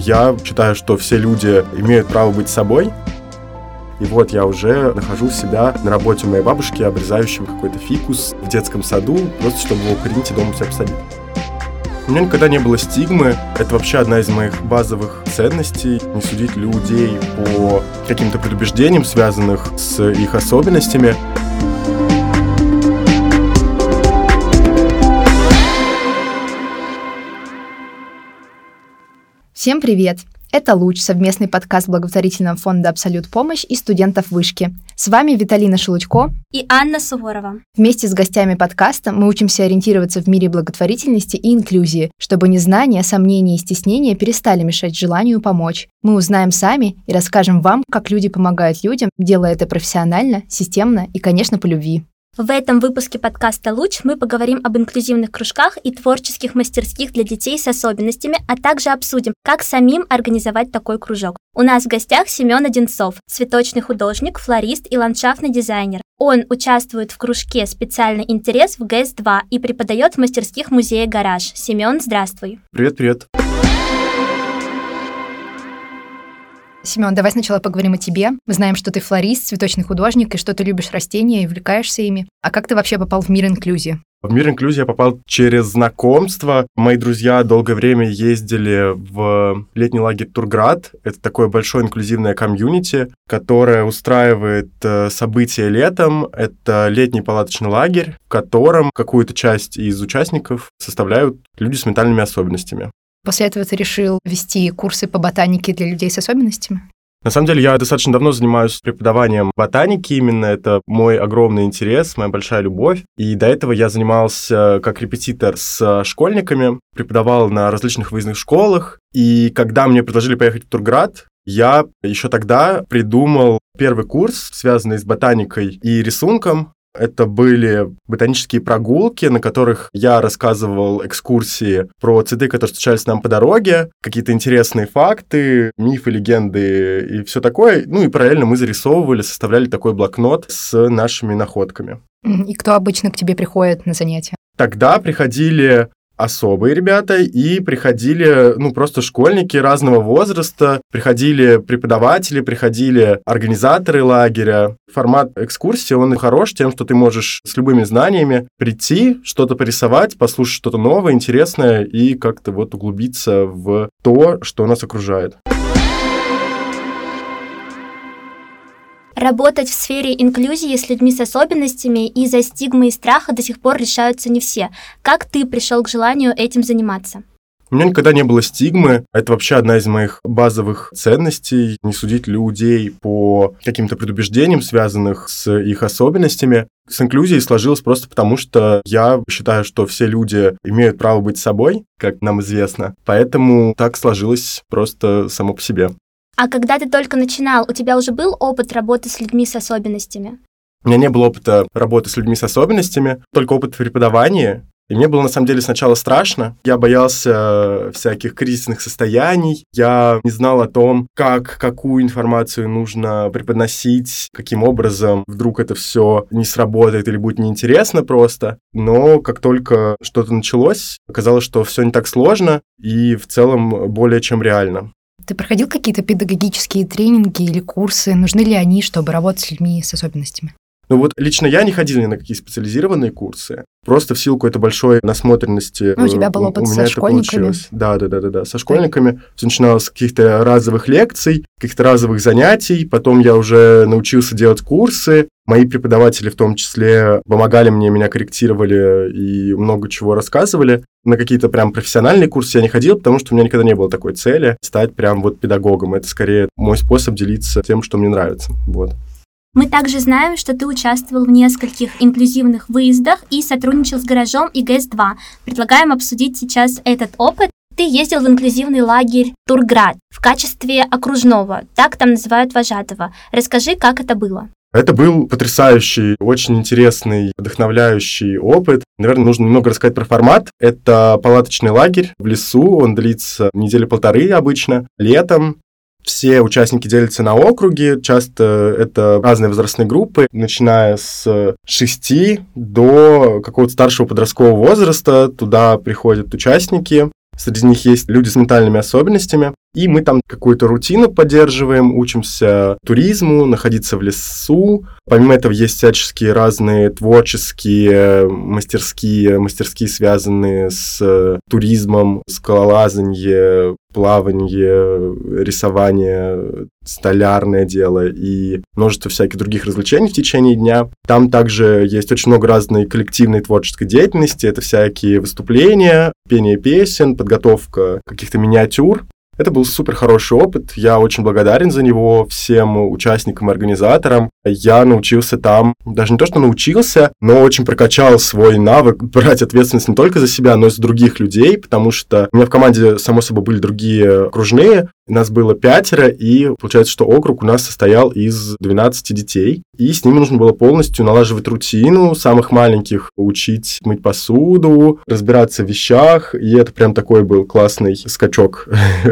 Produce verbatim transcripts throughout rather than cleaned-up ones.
Я считаю, что все люди имеют право быть собой. И вот я уже нахожу себя на работе у моей бабушки, обрезающим какой-то фикус в детском саду, просто чтобы его укоренить и дома у себя посадить. У меня никогда не было стигмы. Это вообще одна из моих базовых ценностей. Не судить людей по каким-то предубеждениям, связанных с их особенностями. Всем привет! Это «Луч», совместный подкаст благотворительного фонда «Абсолют Помощь» и студентов вышки. С вами Виталина Шелудько и Анна Суворова. Вместе с гостями подкаста мы учимся ориентироваться в мире благотворительности и инклюзии, чтобы незнание, сомнения и стеснения перестали мешать желанию помочь. Мы узнаем сами и расскажем вам, как люди помогают людям, делая это профессионально, системно и, конечно, по любви. В этом выпуске подкаста «Луч» мы поговорим об инклюзивных кружках и творческих мастерских для детей с особенностями, а также обсудим, как самим организовать такой кружок. У нас в гостях Семен Одинцов, цветочный художник, флорист и ландшафтный дизайнер. Он участвует в кружке «Специальный интерес» в ГЭС два и преподает в мастерских музея «Гараж». Семен, здравствуй. Привет-привет. Семен, давай сначала поговорим о тебе. Мы знаем, что ты флорист, цветочный художник, и что ты любишь растения и увлекаешься ими. А как ты вообще попал в мир инклюзии? В мир инклюзии я попал через знакомство. Мои друзья долгое время ездили в летний лагерь «Турград». Это такое большое инклюзивное комьюнити, которое устраивает события летом. Это летний палаточный лагерь, в котором какую-то часть из участников составляют люди с ментальными особенностями. После этого ты решил вести курсы по ботанике для людей с особенностями? На самом деле, я достаточно давно занимаюсь преподаванием ботаники, именно это мой огромный интерес, моя большая любовь. И до этого я занимался как репетитор с школьниками, преподавал на различных выездных школах. И когда мне предложили поехать в Турград, я еще тогда придумал первый курс, связанный с ботаникой и рисунком. Это были ботанические прогулки, на которых я рассказывал экскурсии про цветы, которые встречались нам по дороге, какие-то интересные факты, мифы, легенды и все такое. Ну и параллельно мы зарисовывали, составляли такой блокнот с нашими находками. И кто обычно к тебе приходит на занятия? Тогда приходили особые ребята и приходили, ну, просто школьники разного возраста, приходили преподаватели, приходили организаторы лагеря. Формат экскурсии, он хорош тем, что ты можешь с любыми знаниями прийти, что-то порисовать, послушать что-то новое, интересное и как-то вот углубиться в то, что нас окружает. Работать в сфере инклюзии с людьми с особенностями из-за стигмы и страха до сих пор решаются не все. Как ты пришел к желанию этим заниматься? У меня никогда не было стигмы. Это вообще одна из моих базовых ценностей. Не судить людей по каким-то предубеждениям, связанных с их особенностями. С инклюзией сложилось просто потому, что я считаю, что все люди имеют право быть собой, как нам известно. Поэтому так сложилось просто само по себе. А когда ты только начинал, у тебя уже был опыт работы с людьми с особенностями? У меня не было опыта работы с людьми с особенностями, только опыт в преподавании. И мне было, на самом деле, сначала страшно. Я боялся всяких кризисных состояний. Я не знал о том, как, какую информацию нужно преподносить, каким образом вдруг это все не сработает или будет неинтересно просто. Но как только что-то началось, оказалось, что все не так сложно и в целом более чем реально. Ты проходил какие-то педагогические тренинги или курсы? Нужны ли они, чтобы работать с людьми с особенностями? Ну вот лично я не ходил ни на какие специализированные курсы. Просто в силу какой-то большой насмотренности. Ну, у тебя был опыт у меня со школьниками? Да, да, да, да, да. Со школьниками. Все начиналось с каких-то разовых лекций, каких-то разовых занятий. Потом я уже научился делать курсы. Мои преподаватели в том числе помогали мне, меня корректировали и много чего рассказывали. На какие-то прям профессиональные курсы я не ходил, потому что у меня никогда не было такой цели стать прям вот педагогом. Это скорее мой способ делиться тем, что мне нравится. Вот. Мы также знаем, что ты участвовал в нескольких инклюзивных выездах и сотрудничал с «Гаражом» и ГЭС два. Предлагаем обсудить сейчас этот опыт. Ты ездил в инклюзивный лагерь «Турград» в качестве окружного, так там называют вожатого. Расскажи, как это было. Это был потрясающий, очень интересный, вдохновляющий опыт. Наверное, нужно немного рассказать про формат. Это палаточный лагерь в лесу, он длится недели полторы обычно, летом. Все участники делятся на округи, часто это разные возрастные группы, начиная с шести до какого-то старшего подросткового возраста. Туда приходят участники. Среди них есть люди с ментальными особенностями. И мы там какую-то рутину поддерживаем, учимся туризму, находиться в лесу. Помимо этого есть всяческие разные творческие мастерские, мастерские, связанные с туризмом, скалолазанье, плавание, рисование, столярное дело и множество всяких других развлечений в течение дня. Там также есть очень много разной коллективной творческой деятельности. Это всякие выступления, пение песен, подготовка каких-то миниатюр. Это был супер хороший опыт, я очень благодарен за него всем участникам и организаторам. Я научился там, даже не то, что научился, но очень прокачал свой навык брать ответственность не только за себя, но и за других людей, потому что у меня в команде, само собой, были другие окружные, нас было пятеро, и получается, что округ у нас состоял из двенадцати детей, и с ними нужно было полностью налаживать рутину, самых маленьких учить мыть посуду, разбираться в вещах, и это прям такой был классный скачок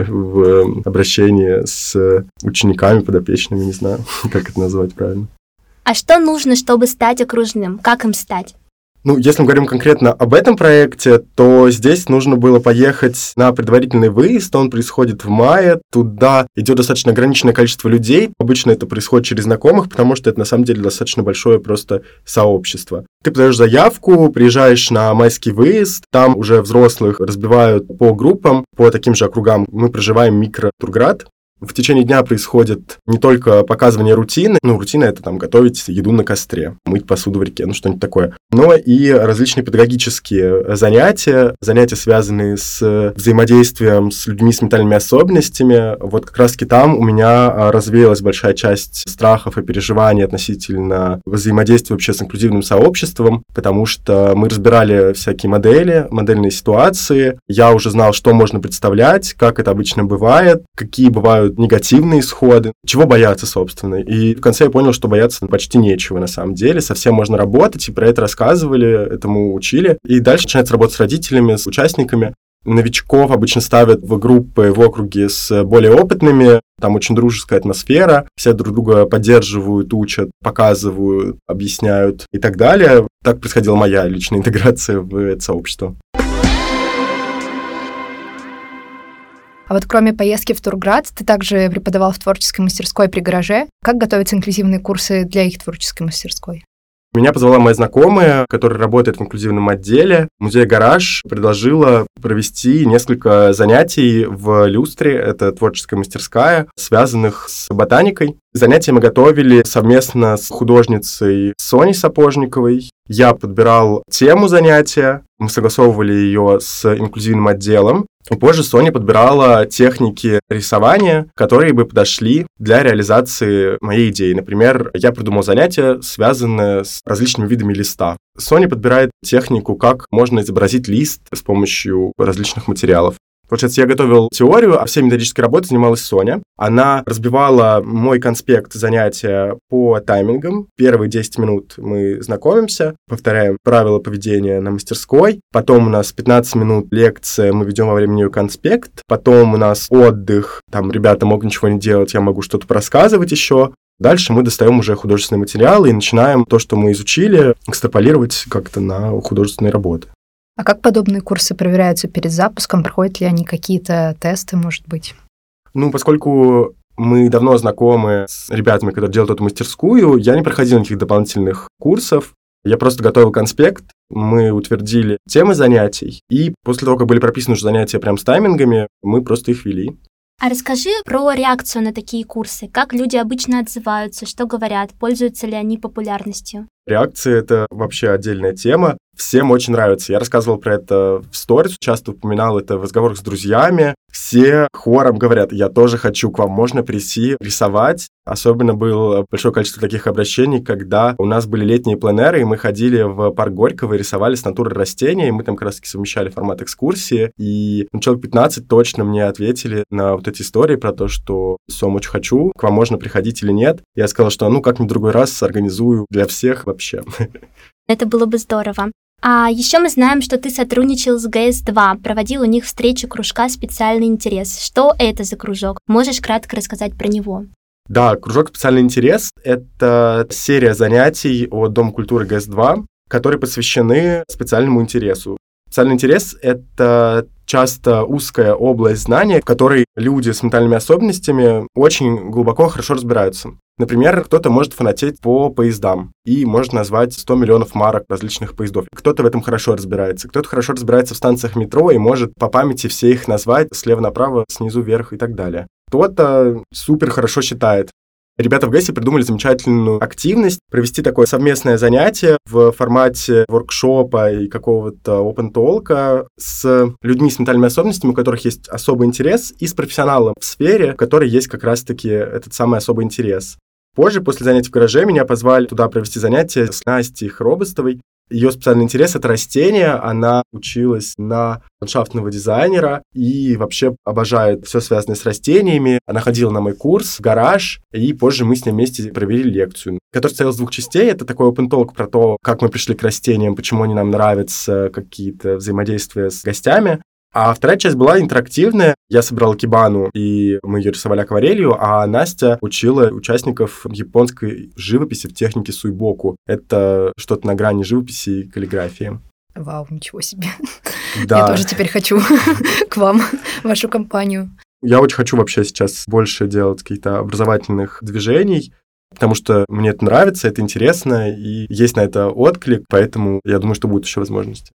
в обращении с учениками, подопечными, не знаю, как это назвать правильно. А что нужно, чтобы стать окружным? Как им стать? Ну, если мы говорим конкретно об этом проекте, то здесь нужно было поехать на предварительный выезд, он происходит в мае, туда идет достаточно ограниченное количество людей, обычно это происходит через знакомых, потому что это на самом деле достаточно большое просто сообщество. Ты подаешь заявку, приезжаешь на майский выезд, там уже взрослых разбивают по группам, по таким же округам. Мы проживаем микро-Турград. В течение дня происходит не только показывание рутины, ну, рутина — это там готовить еду на костре, мыть посуду в реке, ну, что-нибудь такое, но и различные педагогические занятия, занятия, связанные с взаимодействием с людьми с ментальными особенностями. Вот как раз-таки там у меня развеялась большая часть страхов и переживаний относительно взаимодействия вообще с инклюзивным сообществом, потому что мы разбирали всякие модели, модельные ситуации, я уже знал, что можно представлять, как это обычно бывает, какие бывают негативные исходы, чего бояться, собственно. И в конце я понял, что бояться почти нечего на самом деле, совсем можно работать, и про это рассказывали, этому учили. И дальше начинается работа с родителями, с участниками. Новичков обычно ставят в группы в округе с более опытными, там очень дружеская атмосфера, все друг друга поддерживают, учат, показывают, объясняют и так далее. Так происходила моя личная интеграция в это сообщество. А вот кроме поездки в Турград, ты также преподавал в творческой мастерской при гараже. Как готовятся инклюзивные курсы для их творческой мастерской? Меня позвала моя знакомая, которая работает в инклюзивном отделе. Музей «Гараж» предложила провести несколько занятий в Люстре, это творческая мастерская, связанных с ботаникой. Занятия мы готовили совместно с художницей Соней Сапожниковой. Я подбирал тему занятия, мы согласовывали ее с инклюзивным отделом. И позже Соня подбирала техники рисования, которые бы подошли для реализации моей идеи. Например, я придумал занятие, связанное с различными видами листа. Соня подбирает технику, как можно изобразить лист с помощью различных материалов. Получается, я готовил теорию, а всей методической работой занималась Соня. Она разбивала мой конспект занятия по таймингам. Первые десять минут мы знакомимся, повторяем правила поведения на мастерской. Потом у нас пятнадцать минут лекция, мы ведем во время нее конспект. Потом у нас отдых, там ребята могут ничего не делать, я могу что-то порассказывать еще. Дальше мы достаем уже художественные материалы и начинаем то, что мы изучили, экстраполировать как-то на художественные работы. А как подобные курсы проверяются перед запуском? Проходят ли они какие-то тесты, может быть? Ну, поскольку мы давно знакомы с ребятами, которые делают эту мастерскую, я не проходил никаких дополнительных курсов. Я просто готовил конспект, мы утвердили темы занятий, и после того, как были прописаны уже занятия прям с таймингами, мы просто их вели. А расскажи про реакцию на такие курсы. Как люди обычно отзываются, что говорят, пользуются ли они популярностью? Реакции — это вообще отдельная тема. Всем очень нравится. Я рассказывал про это в сторис, часто упоминал это в разговорах с друзьями. Все хором говорят: я тоже хочу к вам, можно прийти рисовать. Особенно было большое количество таких обращений, когда у нас были летние пленэры, и мы ходили в парк Горького и рисовали с натуры растения, и мы там как раз-таки совмещали формат экскурсии. И ну, человек пятнадцать точно мне ответили на вот эти истории про то, что «Сом, очень хочу, к вам можно приходить или нет». Я сказал, что ну как-нибудь в другой раз организую для всех вообще. Это было бы здорово. А еще мы знаем, что ты сотрудничал с гэ эс два, проводил у них встречи кружка «Специальный интерес». Что это за кружок? Можешь кратко рассказать про него? Да, кружок «Специальный интерес» — это серия занятий от Дома культуры гэ эс два, которые посвящены специальному интересу. Специальный интерес — это часто узкая область знаний, в которой люди с ментальными особенностями очень глубоко, хорошо разбираются. Например, кто-то может фанатеть по поездам и может назвать сто миллионов марок различных поездов. Кто-то в этом хорошо разбирается. Кто-то хорошо разбирается в станциях метро и может по памяти все их назвать слева направо, снизу вверх и так далее. Кто-то супер хорошо считает. Ребята в ГЭСе придумали замечательную активность провести такое совместное занятие в формате воркшопа и какого-то опен-толка с людьми с ментальными особенностями, у которых есть особый интерес, и с профессионалом в сфере, в которой есть как раз-таки этот самый особый интерес. Позже, после занятий в гараже, меня позвали туда провести занятие с Настей Хробостовой. Ее специальный интерес — это растения. Она училась на ландшафтного дизайнера и вообще обожает все связанное с растениями. Она ходила на мой курс в гараж, и позже мы с ней вместе провели лекцию, которая состояла из двух частей. Это такой open talk про то, как мы пришли к растениям, почему они нам нравятся, какие-то взаимодействия с гостями. А вторая часть была интерактивная. Я собрал кибану, и мы ее рисовали акварелью, а Настя учила участников японской живописи в технике суйбоку. Это что-то на грани живописи и каллиграфии. Вау, ничего себе. Да. Я тоже теперь хочу к вам, в вашу компанию. Я очень хочу вообще сейчас больше делать каких-то образовательных движений, потому что мне это нравится, это интересно, и есть на это отклик, поэтому я думаю, что будут еще возможности.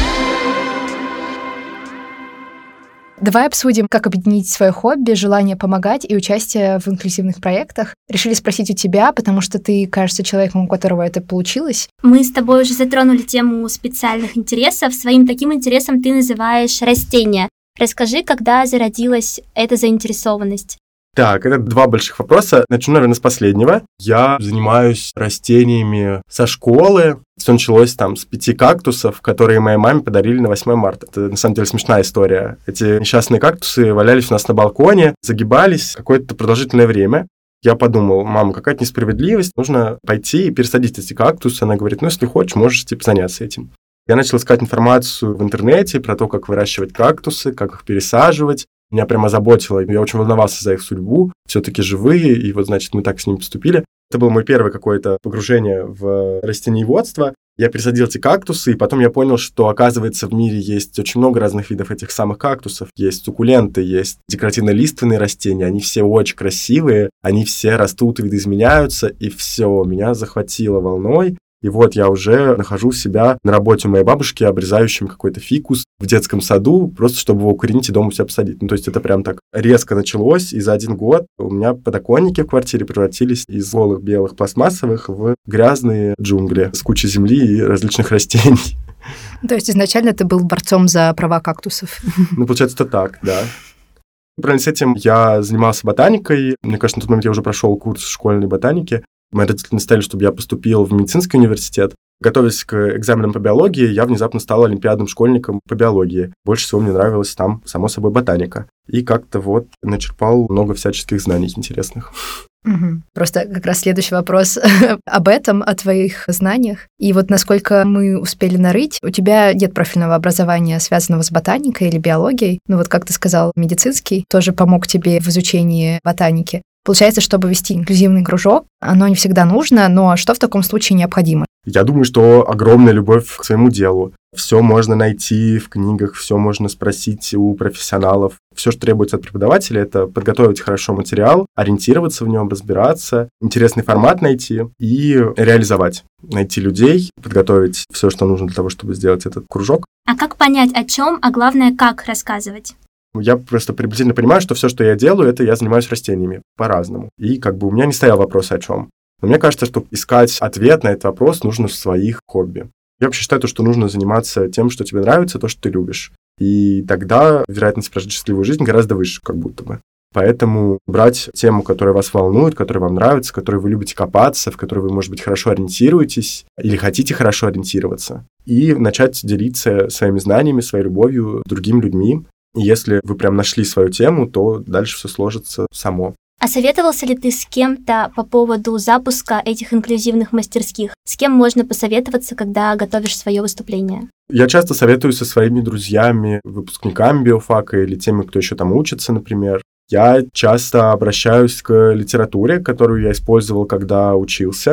Давай обсудим, как объединить свое хобби, желание помогать и участие в инклюзивных проектах. Решили спросить у тебя, потому что ты, кажется, человеком, у которого это получилось. Мы с тобой уже затронули тему специальных интересов. Своим таким интересом ты называешь растения. Расскажи, когда зародилась эта заинтересованность? Так, это два больших вопроса. Начну, наверное, с последнего. Я занимаюсь растениями со школы. Все началось там с пяти кактусов, которые моей маме подарили на восьмое марта. Это, на самом деле, смешная история. Эти несчастные кактусы валялись у нас на балконе, загибались какое-то продолжительное время. Я подумал: мама, какая-то несправедливость, нужно пойти и пересадить эти кактусы. Она говорит: ну, если хочешь, можешь типа заняться этим. Я начал искать информацию в интернете про то, как выращивать кактусы, как их пересаживать. Меня прямо заботило, я очень волновался за их судьбу, все-таки живые, и вот, значит, мы так с ними поступили. Это было мое первое какое-то погружение в растениеводство. Я пересадил эти кактусы, и потом я понял, что, оказывается, в мире есть очень много разных видов этих самых кактусов. Есть суккуленты, есть декоративно-лиственные растения, они все очень красивые, они все растут и видоизменяются, и все, меня захватило волной. И вот я уже нахожу себя на работе у моей бабушки, обрезающим какой-то фикус в детском саду, просто чтобы его укоренить и дома у себя посадить. Ну, то есть это прям так резко началось, и за один год у меня подоконники в квартире превратились из голых белых пластмассовых в грязные джунгли с кучей земли и различных растений. То есть изначально ты был борцом за права кактусов? Ну, получается, это так, да. Параллельно с этим я занимался ботаникой. Мне кажется, на тот момент я уже прошел курс школьной ботаники. Мои родители настояли, чтобы я поступил в медицинский университет. Готовясь к экзаменам по биологии, я внезапно стал олимпиадным школьником по биологии. Больше всего мне нравилась там, само собой, ботаника. И как-то вот начерпал много всяческих знаний интересных. Угу. Просто как раз следующий вопрос об этом, о твоих знаниях. И вот насколько мы успели нарыть, у тебя нет профильного образования, связанного с ботаникой или биологией. Ну вот, как ты сказал, медицинский тоже помог тебе в изучении ботаники. Получается, чтобы вести инклюзивный кружок, оно не всегда нужно, но что в таком случае необходимо? Я думаю, что огромная любовь к своему делу. Все можно найти в книгах, все можно спросить у профессионалов. Все, что требуется от преподавателя, это подготовить хорошо материал, ориентироваться в нем, разбираться, интересный формат найти и реализовать. Найти людей, подготовить все, что нужно для того, чтобы сделать этот кружок. А как понять, о чем, а главное, как рассказывать? Я просто приблизительно понимаю, что все, что я делаю, это я занимаюсь растениями по-разному. И как бы у меня не стоял вопрос о чем. Но мне кажется, что искать ответ на этот вопрос нужно в своих хобби. Я вообще считаю, что нужно заниматься тем, что тебе нравится, то, что ты любишь. И тогда вероятность прожить счастливую жизнь гораздо выше, как будто бы. Поэтому брать тему, которая вас волнует, которая вам нравится, в которой вы любите копаться, в которой вы, может быть, хорошо ориентируетесь или хотите хорошо ориентироваться, и начать делиться своими знаниями, своей любовью с другими людьми. И если вы прям нашли свою тему, то дальше все сложится само. А советовался ли ты с кем-то по поводу запуска этих инклюзивных мастерских? С кем можно посоветоваться, когда готовишь свое выступление? Я часто советуюсь со своими друзьями, выпускниками биофака или теми, кто еще там учится, например. Я часто обращаюсь к литературе, которую я использовал, когда учился.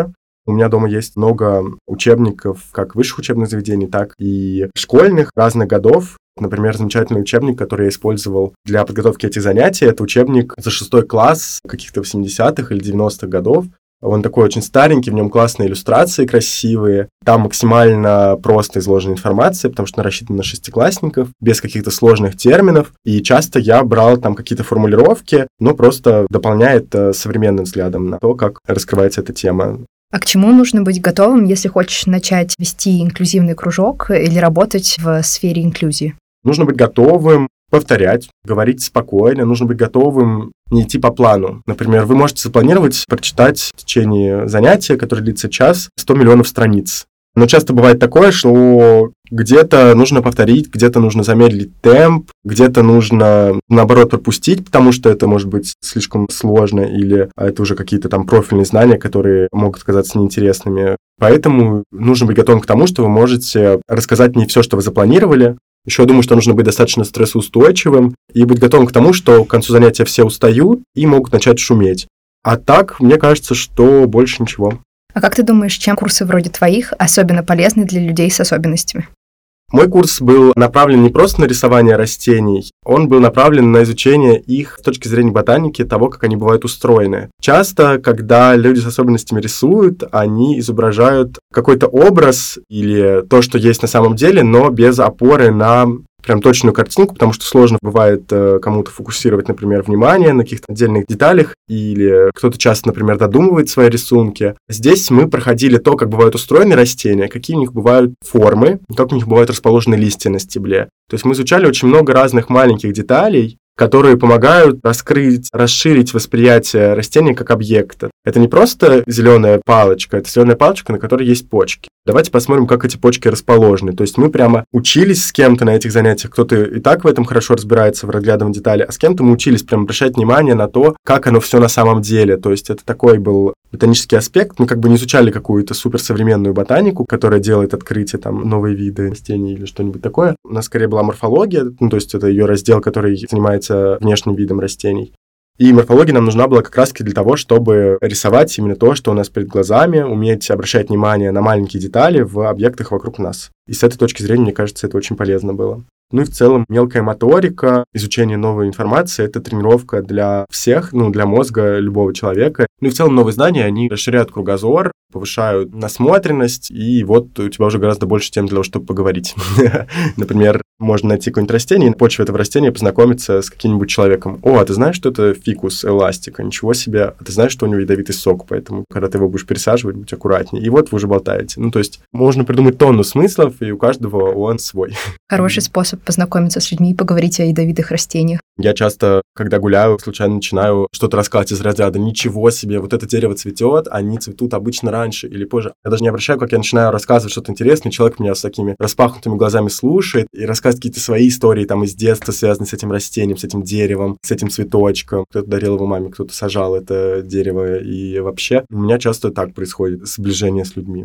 У меня дома есть много учебников, как высших учебных заведений, так и школьных, разных годов. Например, замечательный учебник, который я использовал для подготовки этих занятий, это учебник за шестой класс каких-то восьмидесятых или девяностых годов. Он такой очень старенький, в нем классные иллюстрации красивые. Там максимально просто изложена информация, потому что она рассчитана на шестиклассников, без каких-то сложных терминов. И часто я брал там какие-то формулировки, но просто дополняет современным взглядом на то, как раскрывается эта тема. А к чему нужно быть готовым, если хочешь начать вести инклюзивный кружок или работать в сфере инклюзии? Нужно быть готовым повторять, говорить спокойно, нужно быть готовым не идти по плану. Например, вы можете запланировать прочитать в течение занятия, которое длится час, сто миллионов страниц. Но часто бывает такое, что где-то нужно повторить, где-то нужно замедлить темп, где-то нужно, наоборот, пропустить, потому что это может быть слишком сложно, или это уже какие-то там профильные знания, которые могут казаться неинтересными. Поэтому нужно быть готовым к тому, что вы можете рассказать не все, что вы запланировали. Еще я думаю, что нужно быть достаточно стрессоустойчивым и быть готовым к тому, что к концу занятия все устают и могут начать шуметь. А так, мне кажется, что больше ничего. А как ты думаешь, чем курсы вроде твоих особенно полезны для людей с особенностями? Мой курс был направлен не просто на рисование растений, он был направлен на изучение их с точки зрения ботаники, того, как они бывают устроены. Часто, когда люди с особенностями рисуют, они изображают какой-то образ или то, что есть на самом деле, но без опоры на прям точную картинку, потому что сложно бывает э, кому-то фокусировать, например, внимание на каких-то отдельных деталях, или кто-то часто, например, додумывает свои рисунки. Здесь мы проходили то, как бывают устроены растения, какие у них бывают формы, как у них бывают расположены листья на стебле. То есть мы изучали очень много разных маленьких деталей, которые помогают раскрыть, расширить восприятие растения как объекта. Это не просто зеленая палочка, это зеленая палочка, на которой есть почки. Давайте посмотрим, как эти почки расположены. То есть мы прямо учились с кем-то на этих занятиях, кто-то и так в этом хорошо разбирается, в разглядывании деталей, а с кем-то мы учились прямо обращать внимание на то, как оно все на самом деле. То есть это такой был ботанический аспект. Мы как бы не изучали какую-то суперсовременную ботанику, которая делает открытие, там, новые виды растений или что-нибудь такое. У нас скорее была морфология, ну, то есть это ее раздел, который занимается внешним видом растений. И морфология нам нужна была как раз-таки для того, чтобы рисовать именно то, что у нас перед глазами, уметь обращать внимание на маленькие детали в объектах вокруг нас. И с этой точки зрения, мне кажется, это очень полезно было. Ну и в целом мелкая моторика, изучение новой информации — это тренировка для всех, ну, для мозга любого человека. Ну и в целом новые знания, они расширяют кругозор, повышают насмотренность, и вот у тебя уже гораздо больше тем для того, чтобы поговорить. Например, можно найти какое-нибудь растение, и на почве этого растения познакомиться с каким-нибудь человеком. О, а ты знаешь, что это фикус эластика? Ничего себе. А ты знаешь, что у него ядовитый сок, поэтому, когда ты его будешь пересаживать, будь аккуратнее. И вот вы уже болтаете. Ну, то есть можно придумать тонну смыслов, и у каждого он свой. Хороший способ познакомиться с людьми и поговорить о ядовитых растениях. Я часто, когда гуляю, случайно начинаю что-то рассказывать из разряда «Ничего себе, вот это дерево цветет, они цветут обычно раньше или позже». Я даже не обращаю, как я начинаю рассказывать что-то интересное, человек меня с такими распахнутыми глазами слушает и рассказывает какие-то свои истории там из детства, связанные с этим растением, с этим деревом, с этим цветочком. Кто-то дарил его маме, кто-то сажал это дерево. И вообще у меня часто так происходит сближение с людьми.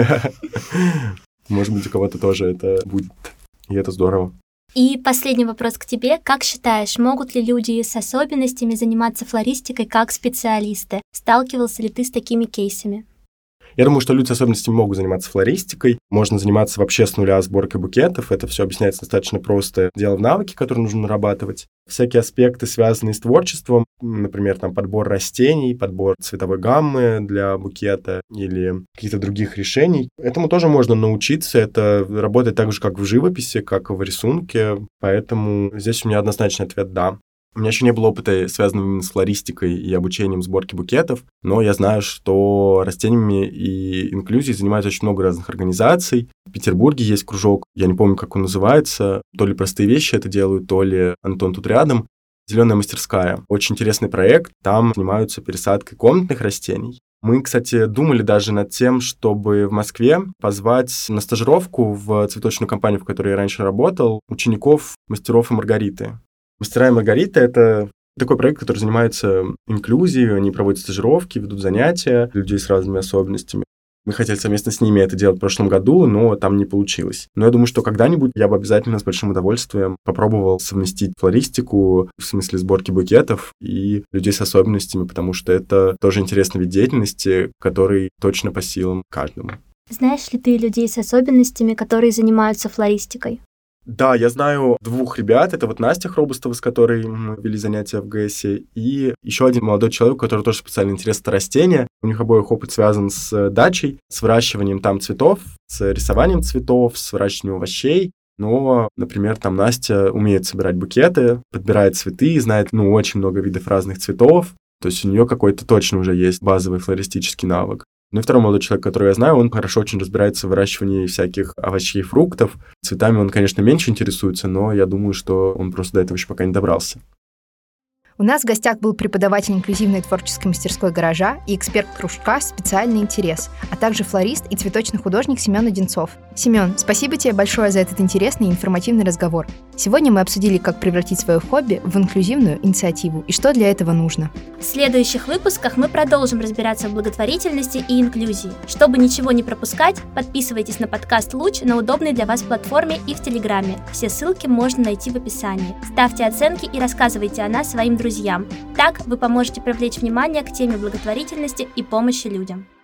Может быть, у кого-то тоже это будет. И это здорово. И последний вопрос к тебе. Как считаешь, могут ли люди с особенностями заниматься флористикой как специалисты? Сталкивался ли ты с такими кейсами? Я думаю, что люди с особенностями могут заниматься флористикой. Можно заниматься вообще с нуля сборкой букетов. Это все объясняется достаточно просто. Дело в навыке, которые нужно нарабатывать. Всякие аспекты, связанные с творчеством, например, там подбор растений, подбор цветовой гаммы для букета или каких-то других решений. Этому тоже можно научиться. Это работает так же, как в живописи, как в рисунке. Поэтому здесь у меня однозначный ответ «да». У меня еще не было опыта, связанного именно с флористикой и обучением сборки букетов, но я знаю, что растениями и инклюзией занимаются очень много разных организаций. В Петербурге есть кружок, я не помню, как он называется, то ли «Простые вещи» это делают, то ли Антон тут рядом. «Зеленая мастерская». Очень интересный проект, там занимаются пересадкой комнатных растений. Мы, кстати, думали даже над тем, чтобы в Москве позвать на стажировку в цветочную компанию, в которой я раньше работал, учеников мастеров и Маргариты. «Мастера и Маргарита» — это такой проект, который занимается инклюзией, они проводят стажировки, ведут занятия для людей с разными особенностями. Мы хотели совместно с ними это делать в прошлом году, но там не получилось. Но я думаю, что когда-нибудь я бы обязательно с большим удовольствием попробовал совместить флористику, в смысле сборки букетов, и людей с особенностями, потому что это тоже интересный вид деятельности, который точно по силам каждому. Знаешь ли ты людей с особенностями, которые занимаются флористикой? Да, я знаю двух ребят. Это вот Настя Хробустова, с которой мы вели занятия в ГЭСе, и еще один молодой человек, у которого тоже специальный интерес — это растения. У них обоих опыт связан с дачей, с выращиванием там цветов, с рисованием цветов, с выращиванием овощей. Но, например, там Настя умеет собирать букеты, подбирает цветы, знает, ну, очень много видов разных цветов. То есть у нее какой-то точно уже есть базовый флористический навык. Ну и второй молодой человек, которого я знаю, он хорошо очень разбирается в выращивании всяких овощей и фруктов. Цветами он, конечно, меньше интересуется, но я думаю, что он просто до этого еще пока не добрался. У нас в гостях был преподаватель инклюзивной творческой мастерской «Гаража» и эксперт кружка «Специальный интерес», а также флорист и цветочный художник Семен Одинцов. Семен, спасибо тебе большое за этот интересный и информативный разговор. Сегодня мы обсудили, как превратить свое хобби в инклюзивную инициативу и что для этого нужно. В следующих выпусках мы продолжим разбираться в благотворительности и инклюзии. Чтобы ничего не пропускать, подписывайтесь на подкаст «Луч» на удобной для вас платформе и в Телеграме. Все ссылки можно найти в описании. Ставьте оценки и рассказывайте о нас своим друзьям. Так вы поможете привлечь внимание к теме благотворительности и помощи людям.